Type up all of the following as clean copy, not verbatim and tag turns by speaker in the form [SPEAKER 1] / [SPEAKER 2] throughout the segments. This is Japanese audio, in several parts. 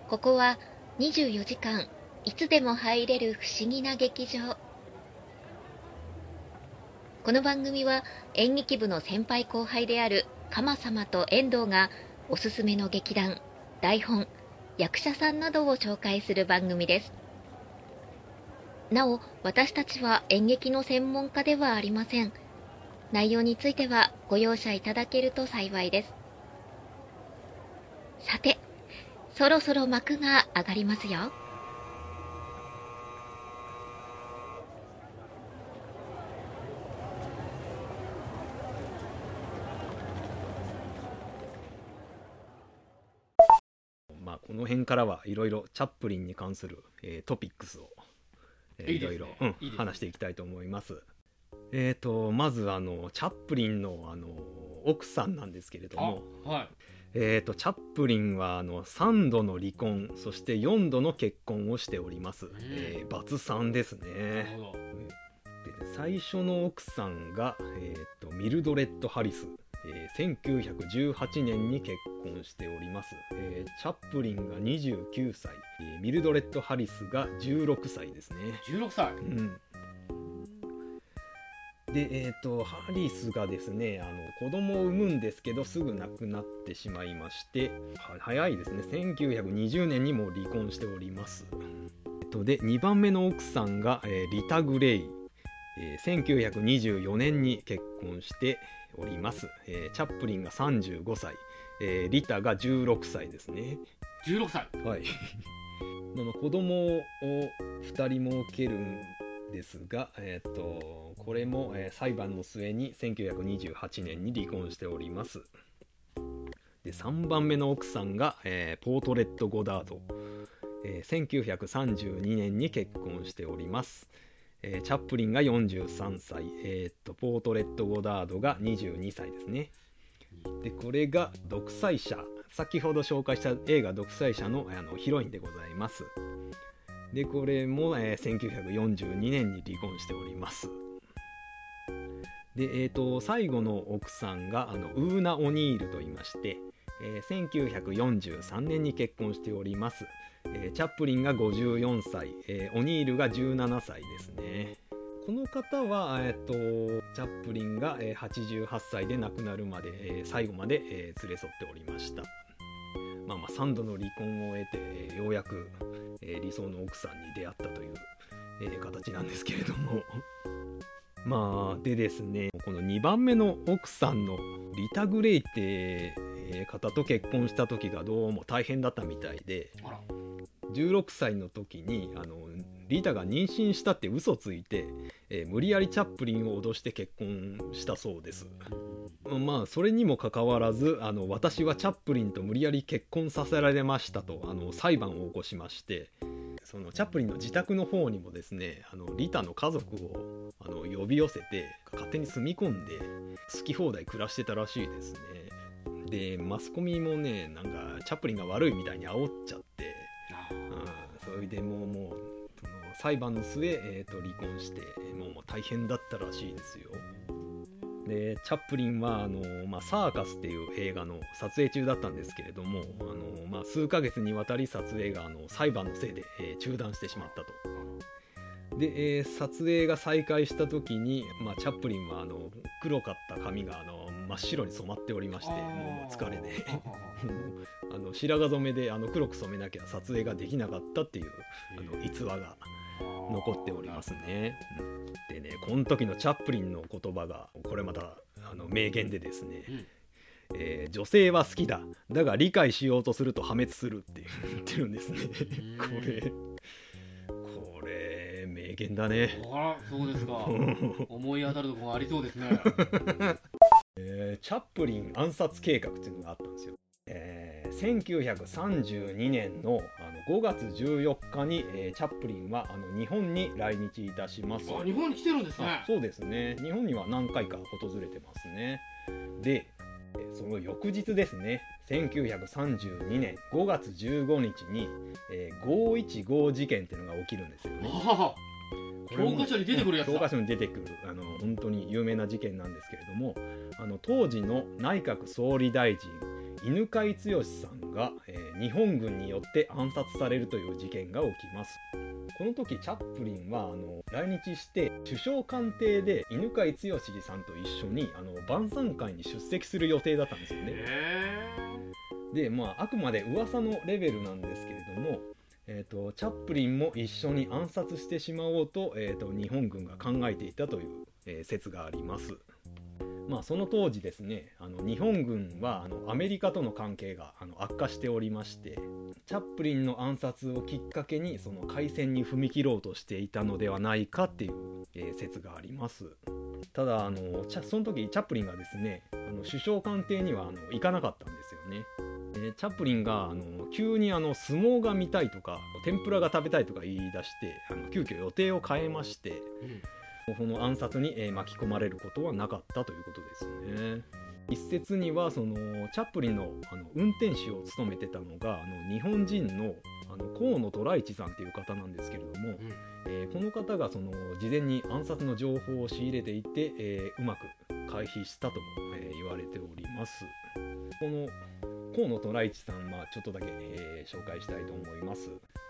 [SPEAKER 1] ここは24時間いつでも入れる不思議な劇場。この番組は演劇部の先輩後輩である鎌様と遠藤がおすすめの劇団、台本、役者さんなどを紹介する番組です。なお、私たちは演劇の専門家ではありません。内容についてはご容赦いただけると幸いです。さて、そろそろ幕が上がりますよ。
[SPEAKER 2] この辺からはいろいろチャップリンに関する、トピックスを、いろいろ話していきたいと思います。まずチャップリンの奥さんなんですけれども、チャップリンは3度の離婚、そして4度の結婚をしております。バツ3ですね。で最初の奥さんが、ミルドレッド・ハリス、1918年に結婚しております。チャップリンが29歳、ミルドレッド・ハリスが16歳ですね。
[SPEAKER 3] 16歳、
[SPEAKER 2] で、ハリスがですね、子供を産むんですけどすぐ亡くなってしまいまして、早いですね、1920年にもう離婚しております。で2番目の奥さんが、リタ・グレイ、1924年に結婚しております。チャップリンが35歳、リタが16歳ですね。
[SPEAKER 3] 16歳、
[SPEAKER 2] はい子供を2人も受けるんですが、これも、裁判の末に1928年に離婚しております。で3番目の奥さんが、ポートレット・ゴダード、1932年に結婚しております。チャップリンが43歳、ポートレット・ゴダードが22歳ですね。でこれが独裁者、先ほど紹介した映画独裁者の、ヒロインでございます。でこれも、1942年に離婚しております。で、最後の奥さんがウーナ・オニールといいまして、1943年に結婚しております。チャップリンが54歳、オニールが17歳ですね。この方は、チャップリンが88歳で亡くなるまで、最後まで、連れ添っておりました。3度の離婚を得て、ようやく、理想の奥さんに出会ったという、形なんですけれどもでですね、この2番目の奥さんのリタ・グレイって方と結婚した時がどうも大変だったみたいで、16歳の時にリタが妊娠したって嘘ついて、無理やりチャップリンを脅して結婚したそうです。それにもかかわらず私はチャップリンと無理やり結婚させられましたと裁判を起こしまして、そのチャップリンの自宅の方にもですね、リタの家族を呼び寄せて勝手に住み込んで好き放題暮らしてたらしいですね。でマスコミもね、なんかチャップリンが悪いみたいに煽っちゃって、それでもうその裁判の末、離婚してもう大変だったらしいですよ。でチャップリンはサーカスっていう映画の撮影中だったんですけれども、数ヶ月にわたり撮影が裁判のせいで、中断してしまったと。で、撮影が再開した時に、チャップリンは黒かった髪が真っ白に染まっておりまして、もう疲れで白髪染めで黒く染めなきゃ撮影ができなかったっていう逸話が残っておりますね。でね、この時のチャップリンの言葉がこれまた名言でですね、女性は好きだ、だが理解しようとすると破滅するって言ってるんですね。これ名言だね。
[SPEAKER 3] そうですか。思い当たるところがありそうですね。
[SPEAKER 2] チャップリン暗殺計画っていうのがあったんですよ。1932年の5月14日に、チャップリンは日本に来日いたします。
[SPEAKER 3] 日本に来てるんですね。
[SPEAKER 2] そうですね、日本には何回か訪れてますね。でその翌日ですね、1932年5月15日に、515事件っていうのが起きるんですよね。
[SPEAKER 3] 教科書に出てくるやつだ。
[SPEAKER 2] 教科書に出てくる本当に有名な事件なんですけれども、当時の内閣総理大臣犬養毅さんが、日本軍によって暗殺されるという事件が起きます。この時チャップリンは来日して首相官邸で犬養毅さんと一緒に晩餐会に出席する予定だったんですよね。であくまで噂のレベルなんですけれども、チャップリンも一緒に暗殺してしまおうと、日本軍が考えていたという、説があります。その当時ですね、日本軍はアメリカとの関係が悪化しておりまして、チャップリンの暗殺をきっかけにその開戦に踏み切ろうとしていたのではないかっていう、説があります。ただその時チャップリンがですね首相官邸には行かなかったんですよね。チャップリンが急に相撲が見たいとか天ぷらが食べたいとか言い出して急遽予定を変えまして、この暗殺に巻き込まれることはなかったということですね。一説にはチャップリンの運転手を務めてたのが日本人の河野虎一さんっていう方なんですけれども、この方が事前に暗殺の情報を仕入れていて、うまく回避したとも、言われております。この河野虎一さん、ちょっとだけ、紹介したいと思います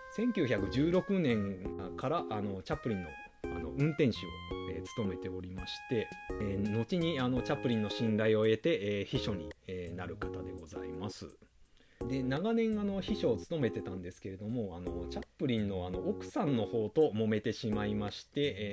[SPEAKER 2] 。1916年からチャップリンの運転手を、務めておりまして、後にチャップリンの信頼を得て、秘書に、なる方でございます。で長年秘書を務めてたんですけれどもチャップリンの奥さんの方と揉めてしまいまして、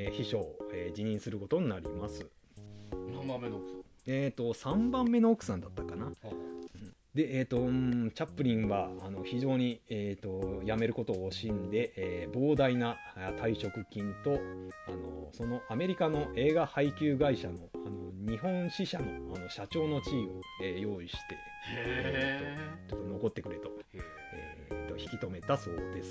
[SPEAKER 2] 秘書を、辞任することになります。
[SPEAKER 3] 何番目の奥さん
[SPEAKER 2] ？3番目の奥さんだったかな。で、チャップリンは非常に、辞めることを惜しんで、膨大な退職金とそのアメリカの映画配給会社の日本支社の社長の地位を、用意して、ちょっと残ってくれと、引き止めたそうです。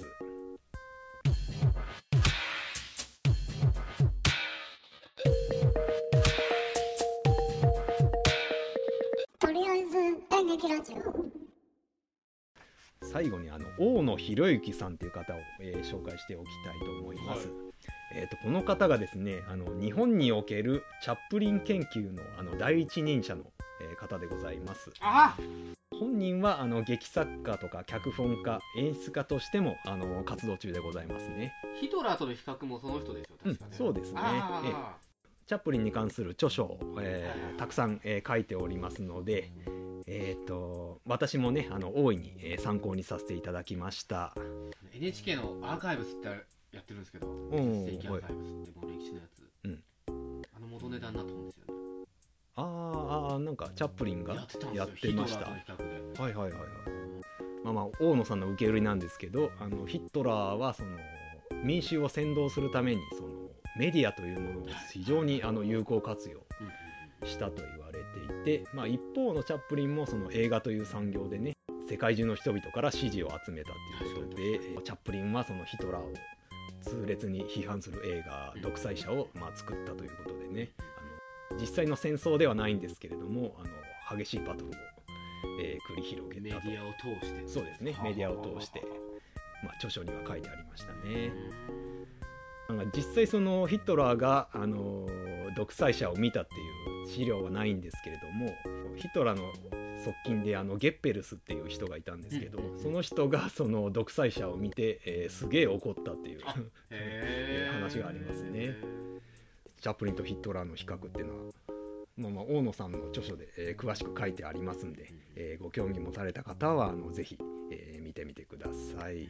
[SPEAKER 2] 最後に大野博之さんという方を、紹介しておきたいと思います。この方がですね日本におけるチャップリン研究の第一人者の、方でございます。本人は劇作家とか脚本家演出家としても活動中でございますね。
[SPEAKER 3] ヒトラーとの比較もその人でしょ確かね。
[SPEAKER 2] そうですね。チャップリンに関する著書を、たくさん、書いておりますので、私もね大いに、参考にさせていただきました。
[SPEAKER 3] NHK のアーカイブスってやってるんですけど、20世紀アーカイブスってもう歴史のやつ、元ネタになったんですよね。
[SPEAKER 2] なんかチャップリンがやってました。はいはいはいはい。大野さんの受け売りなんですけどヒトラーは民衆を扇動するためにメディアというものを非常に有効活用したと言われていて、一方のチャップリンも映画という産業でね世界中の人々から支持を集めたということで、チャップリンはヒトラーを痛烈に批判する映画独裁者を作ったということでね実際の戦争ではないんですけれども激しいバトルを、繰り広げたと。
[SPEAKER 3] メディアを通して。
[SPEAKER 2] そうですね、メディアを通して、著書には書いてありましたね。実際ヒトラーが独裁者を見たっていう資料はないんですけれども、ヒトラーの側近でゲッペルスっていう人がいたんですけど、その人が独裁者を見て、すげえ怒ったっていう話がありますね。チャップリンとヒトラーの比較っていうのは、大野さんの著書で、詳しく書いてありますんで、ご興味持たれた方はぜひ、見てみてください。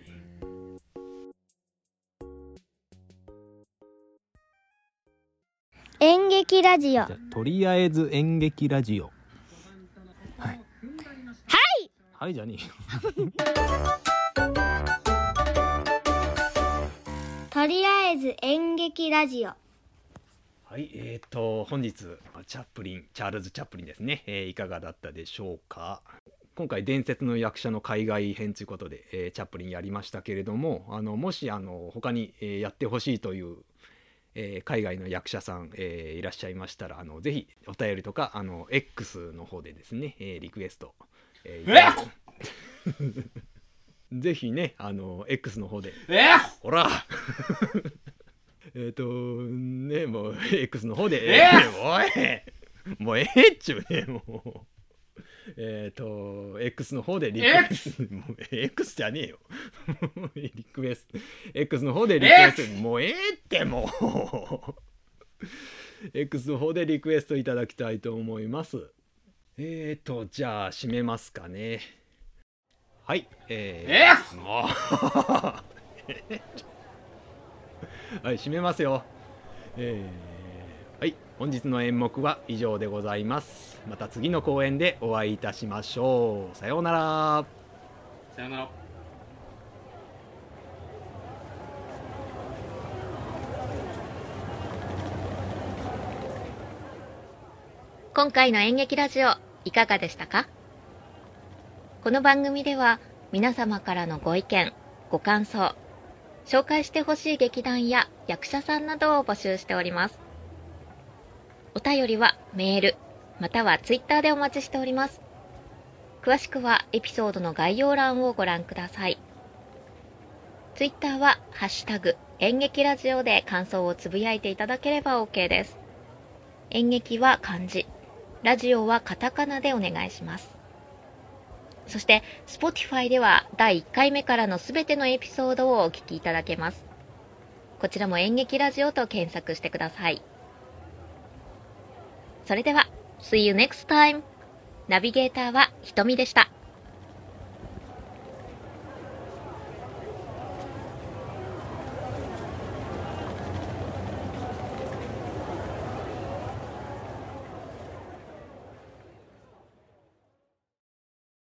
[SPEAKER 4] 演劇ラジオ。
[SPEAKER 2] とりあえず演劇ラジオ。はいはいじゃねえよ
[SPEAKER 4] とりあえず演劇ラジオ。
[SPEAKER 2] はい、本日チャールズ・チャップリンですね、いかがだったでしょうか。今回伝説の役者の海外編ということで、チャップリンやりましたけれども、もし他に、やってほしいという、海外の役者さん、いらっしゃいましたらぜひお便りとかX の方でですね、リクエスト、ぜひねX の方でほらねもう X の方でおいもうっちゅうねもう X の方でリクエスト、X じゃねえよリクエスト X の方でリクエスト、もうってもうX の方でリクエストいただきたいと思います。じゃあ締めますかね。はい、もうはい、締めますよ。はい、本日の演目は以上でございます。また次の公演でお会いいたしましょう。さようなら。
[SPEAKER 3] さようなら。
[SPEAKER 1] 今回の演劇ラジオいかがでしたか？この番組では皆様からのご意見、ご感想、紹介してほしい劇団や役者さんなどを募集しております。お便りはメールまたはツイッターでお待ちしております。詳しくはエピソードの概要欄をご覧ください。ツイッターはハッシュタグ演劇ラジオで感想をつぶやいていただければ OK です。演劇は漢字、ラジオはカタカナでお願いします。そして Spotify では第1回目からのすべてのエピソードをお聞きいただけます。こちらも演劇ラジオと検索してください。それでは See you next time。ナビゲーターはひとみでした。